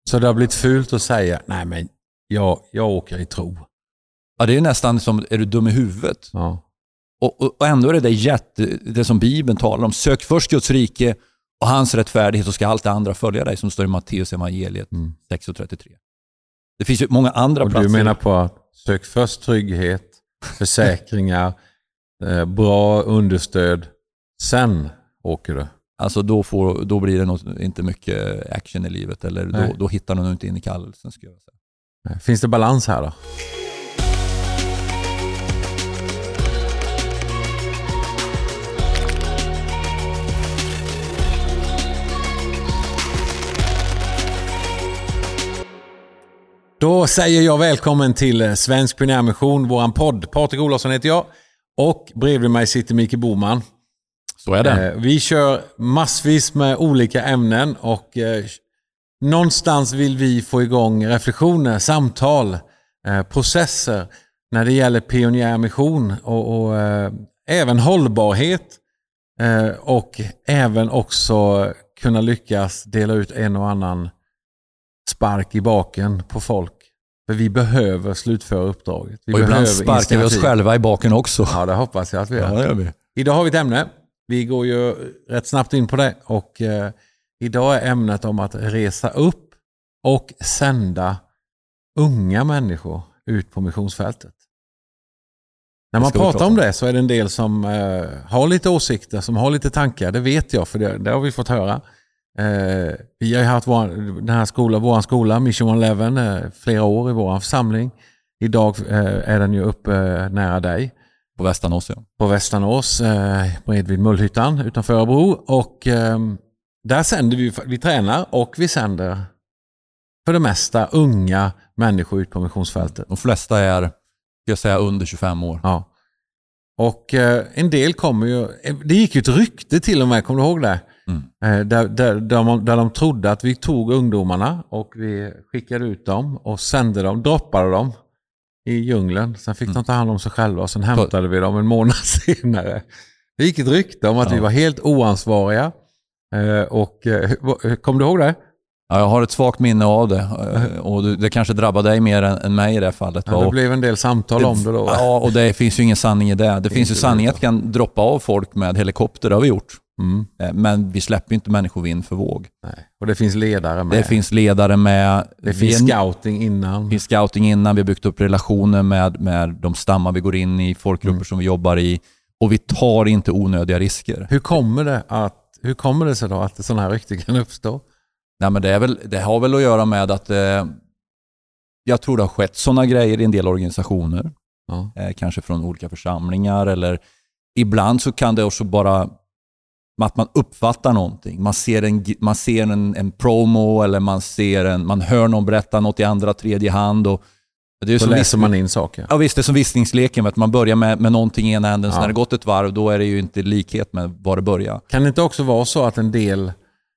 Så det har blivit fult att säga, nej men jag åker i tro. Ja, det är nästan som, är du dum i huvudet? Ja. Och ändå är det som Bibeln talar om. Sök först Guds rike och hans rättfärdighet, så ska allt det andra följa dig, som står i Matteus evangeliet 6:33. Det finns ju många andra och platser. Du menar på att sök först trygghet, försäkringar, bra understöd, sen åker du. Alltså då blir det nog inte mycket action i livet, eller då hittar du inte in i kallelsen, skulle jag säga. Finns det balans här då? Då säger jag välkommen till Svensk Pionjärmission, våran podd. Patrik Olofsson heter jag och bredvid mig sitter Micke Boman. Så är det. Vi kör massvis med olika ämnen och någonstans vill vi få igång reflektioner, samtal, processer när det gäller pionjärmission och även hållbarhet och även också kunna lyckas dela ut en och annan spark i baken på folk. För vi behöver slutföra uppdraget. Och ibland sparkar vi oss själva i baken också. Ja, det hoppas jag att vi gör. Ja, det gör vi. Idag har vi ett ämne. Vi går ju rätt snabbt in på det. Och idag är ämnet om att resa upp och sända unga människor ut på missionsfältet. När man pratar om det så är det en del som har lite åsikter, som har lite tankar. Det vet jag, för det har vi fått höra. Vi har ju haft vår skola Mission 11 flera år i vår församling. Idag är den ju uppe nära dig. På Västanås, ja. På Västanås, bredvid Mullhyttan utanför Örebro. Och där sänder vi tränar och vi sänder för det mesta unga människor ut på missionsfältet. De flesta är, ska jag säga, under 25 år. Ja. Och en del kommer ju, det gick ju ett rykte till och med, kommer du ihåg det? Där de trodde att vi tog ungdomarna och vi skickade ut dem och sände dem, droppade dem i djungeln. Sen fick de ta hand om sig själva och sen hämtade vi dem en månad senare. Det gick ett rykte om att vi var helt oansvariga. Och kommer du ihåg det? Ja, jag har ett svagt minne av det. Och det kanske drabbade dig mer än mig i det fallet. Ja, det blev en del samtal om det då. Ja, och det finns ju ingen sanning i det. Det finns ju sanning att kan droppa av folk med helikopter, det har vi gjort. Men vi släpper inte människor vind för våg. Nej. Och det finns ledare med. Det finns ledare med. Det finns scouting innan. Det finns scouting innan. Vi har byggt upp relationer med de stammar vi går in i, folkgrupper som vi jobbar i. Och vi tar inte onödiga risker. Hur kommer det sig då att sådana här rykten kan uppstå? Nej, men det har väl att göra med att jag tror det har skett sådana grejer i en del organisationer. Ja. Kanske från olika församlingar, eller ibland så kan det också bara att man uppfattar någonting. Man ser en promo, eller man hör någon berätta något i andra, tredje hand, och det är så läser man in saker. Ja visst, det är som visningsleken, att man börjar med någonting i ena änden, så när det gått ett varv, då är det ju inte likhet med var det börjar. Kan det inte också vara så att en del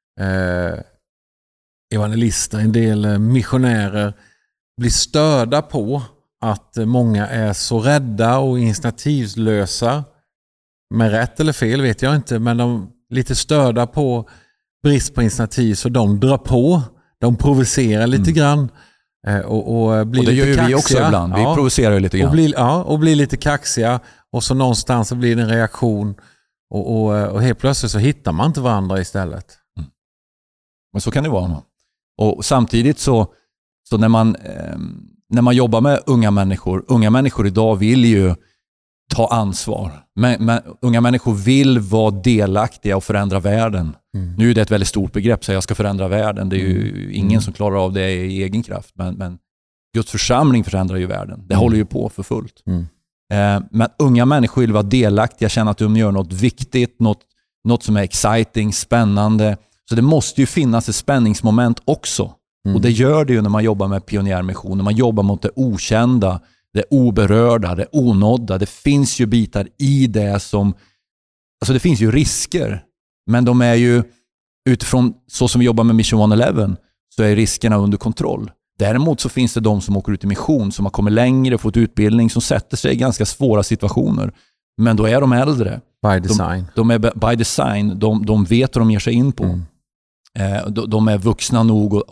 evangelister, en del missionärer blir störda på att många är så rädda och initiativlösa, med rätt eller fel vet jag inte, men de är lite störda på brist på initiativ, så de drar på, de provocerar lite grann och blir och det lite gör kaxiga. Vi också ibland, vi provocerar ju lite grann. Och blir lite kaxiga, och så någonstans så blir det en reaktion och helt plötsligt så hittar man inte varandra istället. Men så kan det vara. Och samtidigt så när man jobbar med unga människor idag vill ju ta ansvar. Men unga människor vill vara delaktiga och förändra världen. Nu är det ett väldigt stort begrepp, så jag ska förändra världen. Det är ju ingen som klarar av det i egen kraft. Men Guds församling förändrar ju världen. Det håller ju på för fullt. Men unga människor vill vara delaktiga, känna att de gör något viktigt, något som är exciting, spännande. Så det måste ju finnas ett spänningsmoment också. Och det gör det ju när man jobbar med pionjärmission. När man jobbar mot det okända, det oberörda, det onådda. Det finns ju bitar i det som... Alltså det finns ju risker. Men de är ju, utifrån så som vi jobbar med Mission 11, så är riskerna under kontroll. Däremot så finns det de som åker ut i mission, som har kommit längre och fått utbildning, som sätter sig i ganska svåra situationer. Men då är de äldre. By design. De är by design. De vet vad de ger sig in på. De är vuxna nog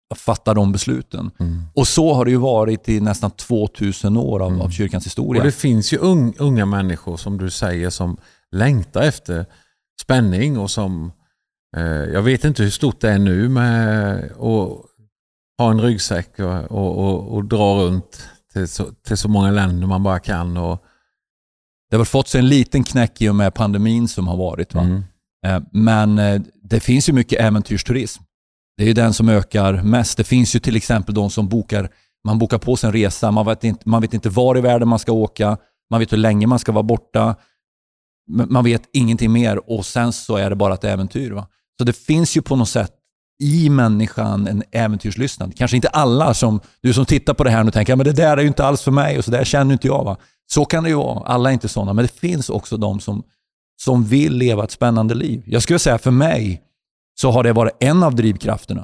fatta de besluten. Och så har det ju varit i nästan 2000 år av kyrkans historia. Och det finns ju unga människor som du säger som längtar efter spänning och som jag vet inte hur stort det är nu med att ha en ryggsäck och dra runt till så många länder man bara kan. Och det har fått sig en liten knäck i och med pandemin som har varit. Va? Men det finns ju mycket äventyrsturism. Det är ju den som ökar mest. Det finns ju till exempel de som man bokar på sig en resa. Man vet inte var i världen man ska åka. Man vet hur länge man ska vara borta. Man vet ingenting mer. Och sen så är det bara ett äventyr. Va? Så det finns ju på något sätt i människan en äventyrslystnad. Kanske inte alla du som tittar på det här och tänker men det där är ju inte alls för mig och så där känner inte jag. Va? Så kan det ju vara. Alla är inte sådana. Men det finns också de som vill leva ett spännande liv. Jag skulle säga för mig så har det varit en av drivkrafterna.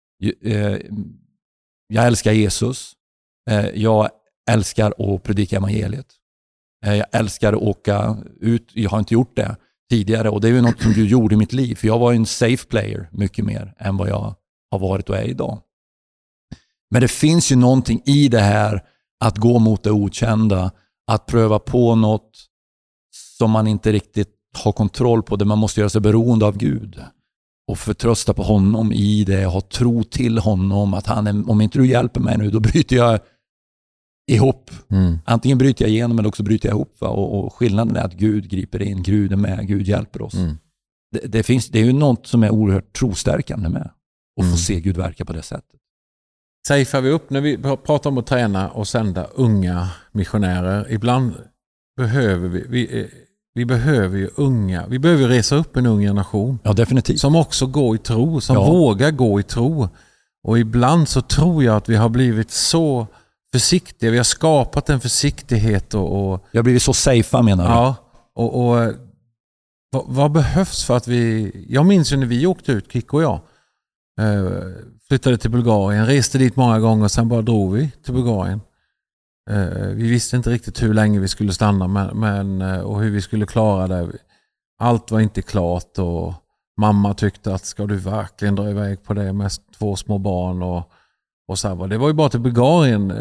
Jag älskar Jesus. Jag älskar att predika evangeliet. Jag älskar att åka ut. Jag har inte gjort det tidigare och det är ju något som du gjorde i mitt liv. För jag var en safe player mycket mer än vad jag har varit och är idag. Men det finns ju någonting i det här att gå mot det okända. Att pröva på något som man inte riktigt har kontroll på. Där man måste göra sig beroende av Gud. Och förtrösta på honom i det. Ha tro till honom. Att om inte du hjälper mig nu, då bryter jag ihop. Antingen bryter jag igenom eller också bryter jag ihop. Va? Och skillnaden är att Gud griper in. Gud är med. Gud hjälper oss. Det är ju något som är oerhört trostärkande med. Och få se Gud verka på det sättet. Safear vi upp när vi pratar om att träna och sända unga missionärer. Ibland behöver vi behöver ju unga. Vi behöver resa upp en ung generation. Ja, definitivt. Som också går i tro. Som vågar gå i tro. Och ibland så tror jag att vi har blivit så försiktiga. Vi har skapat en försiktighet. Och vi har blivit så safe, menar du? Ja. Och vad behövs för att vi... Jag minns ju när vi åkte ut, Kikko och jag. Flyttade till Bulgarien. Reste dit många gånger och sen bara drog vi till Bulgarien. Vi visste inte riktigt hur länge vi skulle stanna och hur vi skulle klara det. Allt var inte klart och mamma tyckte att ska du verkligen dra iväg på det med 2 små barn och så här. Det var ju bara till Bulgarien.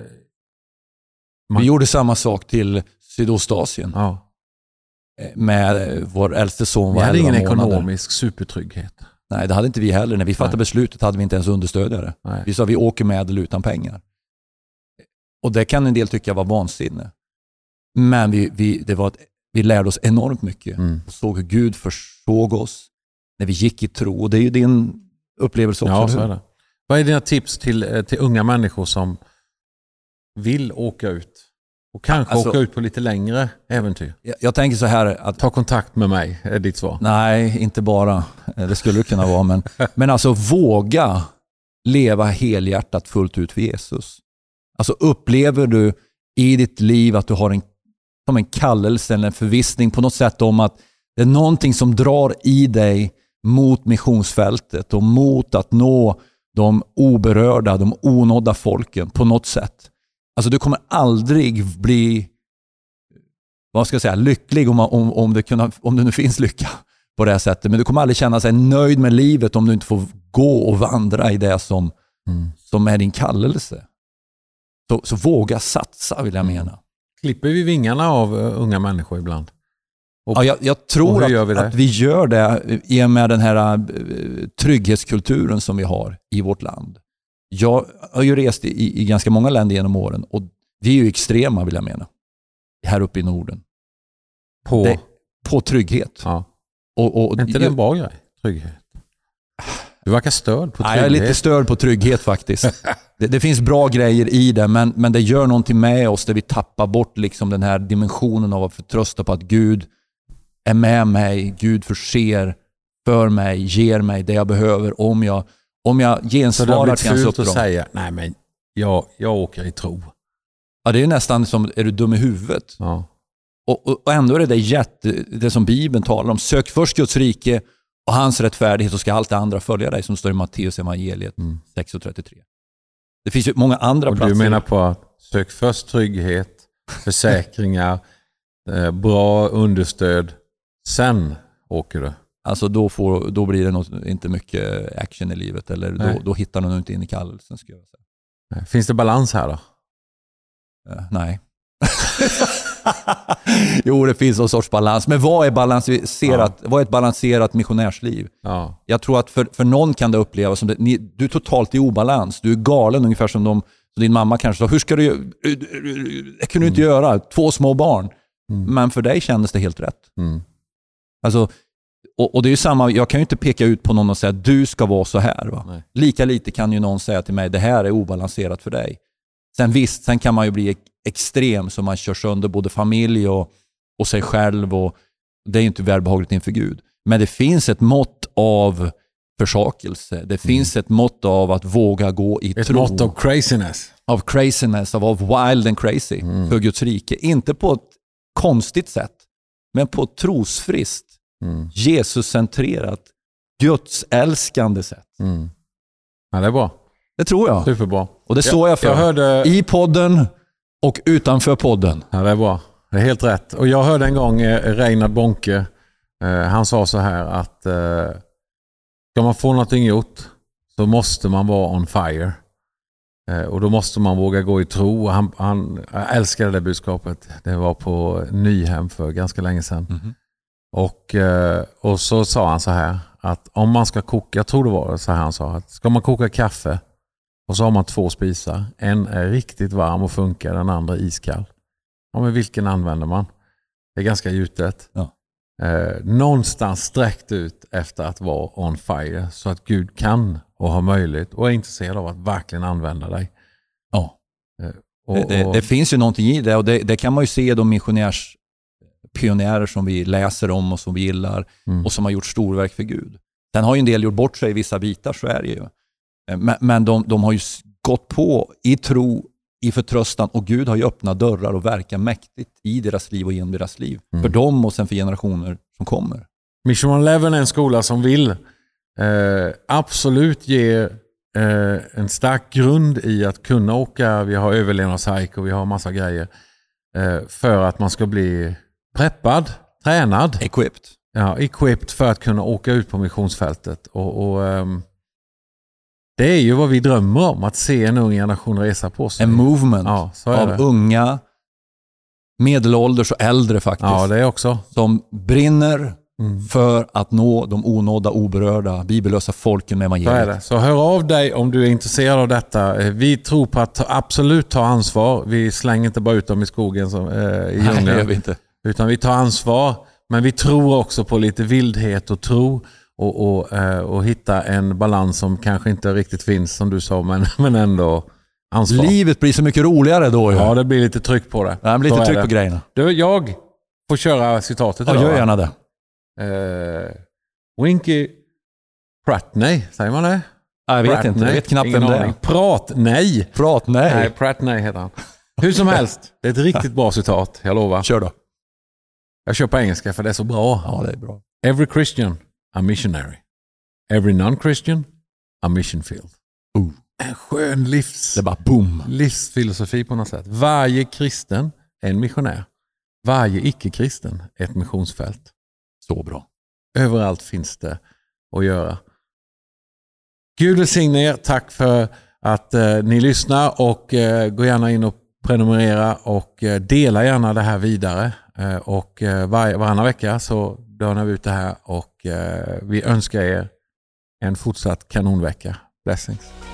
Vi gjorde samma sak till Sydostasien. Ja. Med vår äldste son. Vi hade ingen ekonomisk supertrygghet. Nej, det hade inte vi heller. När vi fattade beslutet hade vi inte ens understödjare. Nej. Vi sa vi åker med eller utan pengar. Och det kan en del tycka var vansinne. Men vi lärde oss enormt mycket. Och såg hur Gud försåg oss när vi gick i tro. Och det är ju din upplevelse också. Ja, så är det. Vad är dina tips till unga människor som vill åka ut? Och kanske åka ut på lite längre äventyr? Jag tänker så här att... Ta kontakt med mig, är ditt svar. Nej, inte bara. Det skulle det kunna vara. Men alltså våga leva helhjärtat fullt ut för Jesus. Alltså upplever du i ditt liv att du har en kallelse eller en förvissning på något sätt om att det är någonting som drar i dig mot missionsfältet och mot att nå de oberörda, de onådda folken på något sätt. Alltså du kommer aldrig bli lycklig om det nu finns lycka på det här sättet. Men du kommer aldrig känna sig nöjd med livet om du inte får gå och vandra i det som är din kallelse. Så våga satsa, vill jag mena. Klipper vi vingarna av unga människor ibland? Jag tror att vi gör det i och med den här trygghetskulturen som vi har i vårt land. Jag har ju rest i ganska många länder genom åren och vi är ju extrema, vill jag mena. Här uppe i Norden. På trygghet. Ja. Är inte det en bra grej? Trygghet. Du verkar störd på trygghet. Jag är lite störd på trygghet faktiskt. Det finns bra grejer i det, men det gör någonting med oss där vi tappar bort liksom den här dimensionen av att förtrösta på att Gud är med mig. Gud förser för mig, ger mig det jag behöver om jag gensvarar till hans uppdrag. Så säga, nej men jag åker i tro. Ja, det är nästan som, är du dum i huvudet? Ja. Och ändå är det som Bibeln talar om. Sök först Guds rike och hans rättfärdighet, så ska allt det andra följa dig, som står i Matteus evangeliet 6:33. Det finns ju många andra platser. Du menar på att sök först trygghet, försäkringar, bra understöd, sen åker du? alltså då blir det nog inte mycket action i livet. Eller då hittar man inte in i kallelsen, skulle jag säga. Finns det balans här då? Nej. Jo, det finns någon sorts balans. Men vad är vad är ett balanserat missionärsliv? Ja. Jag tror att för någon kan det upplevas som du är totalt i obalans. Du är galen, ungefär som din mamma kanske sa. Hur ska du det kan du inte göra. 2 små barn. Men för dig kändes det helt rätt. Alltså, och det är ju samma, jag kan ju inte peka ut på någon och säga att du ska vara så här. Va? Lika lite kan ju någon säga till mig, det här är obalanserat för dig. Sen kan man ju bli extrem, så man kör sönder både familj och sig själv, och det är ju inte välbehagligt inför Gud. Men det finns ett mått av försakelse. Det finns ett mått av att våga gå i tro. Ett mått av craziness. Av craziness, av wild and crazy för Guds rike. Inte på ett konstigt sätt, men på ett trosfriskt, Jesus-centrerat, Guds älskande sätt. Ja, det är bra. Det tror jag. Superbra. Och det står jag för. I podden och utanför podden. Ja, det är bra. Det är helt rätt. Och jag hörde en gång Reinhard Bonke, han sa så här att ska man få någonting gjort så måste man vara on fire. Och då måste man våga gå i tro. Han älskade det budskapet. Det var på Nyhem för ganska länge sedan. Och så sa han så här att om man ska koka, jag tror det var så här han sa, att ska man koka kaffe och så har man 2 spisar. En är riktigt varm och funkar, den andra iskall. Ja, men vilken använder man? Det är ganska gjutet. Ja. Någonstans sträckt ut efter att vara on fire, så att Gud kan och har möjlighet och är intresserad av att verkligen använda dig. Ja. Det finns ju någonting i det, och det kan man ju se de missionärspionjärer som vi läser om och som vi gillar och som har gjort storverk för Gud. Den har ju en del gjort bort sig i vissa bitar, så är det ju. Men de har ju gått på i tro, i förtröstan, och Gud har ju öppnat dörrar och verkar mäktigt i deras liv och genom deras liv. För dem och sen för generationer som kommer. Mission 11 är en skola som vill absolut ge en stark grund i att kunna åka. Vi har överlevnadshike och vi har massa grejer för att man ska bli preppad, tränad. Equipped. Ja, equipped för att kunna åka ut på missionsfältet. Och det är ju vad vi drömmer om, att se en ung generation resa på sig. En movement av unga, medelålders och äldre faktiskt. Ja, det är också. Som brinner för att nå de onådda, oberörda, bibellösa folken med evangeliet. Så är det. Så hör av dig om du är intresserad av detta. Vi tror på att absolut ta ansvar. Vi slänger inte bara ut dem i skogen som, i djungeln. Nej, det gör vi inte. Utan vi tar ansvar. Men vi tror också på lite vildhet och tro. Och hitta en balans som kanske inte riktigt finns, som du sa, men ändå ansvar. Livet blir så mycket roligare då. Ja, det blir lite tryck på det. Det blir lite tryck på grejerna. Du, jag får köra citatet idag. Ja, gör gärna det. Winky Pratney, säger man det? Jag vet inte, jag vet knappt vem det är. Pratney. Nej, Pratney heter han. Hur som helst, det är ett riktigt bra citat, jag lovar. Kör då. Jag kör på engelska för det är så bra. Ja, det är bra. Every Christian a missionary. Every non-Christian a mission field. En skön det är bara boom. livsfilosofi på något sätt. Varje kristen är en missionär. Varje icke-kristen är ett missionsfält. Så bra. Överallt finns det att göra. Gud välsigne er. Tack för att ni lyssnar, och gå gärna in och prenumerera och dela gärna det här vidare. Och varannan vecka så dörnar vi ut det här, och vi önskar er en fortsatt kanonvecka. Blessings.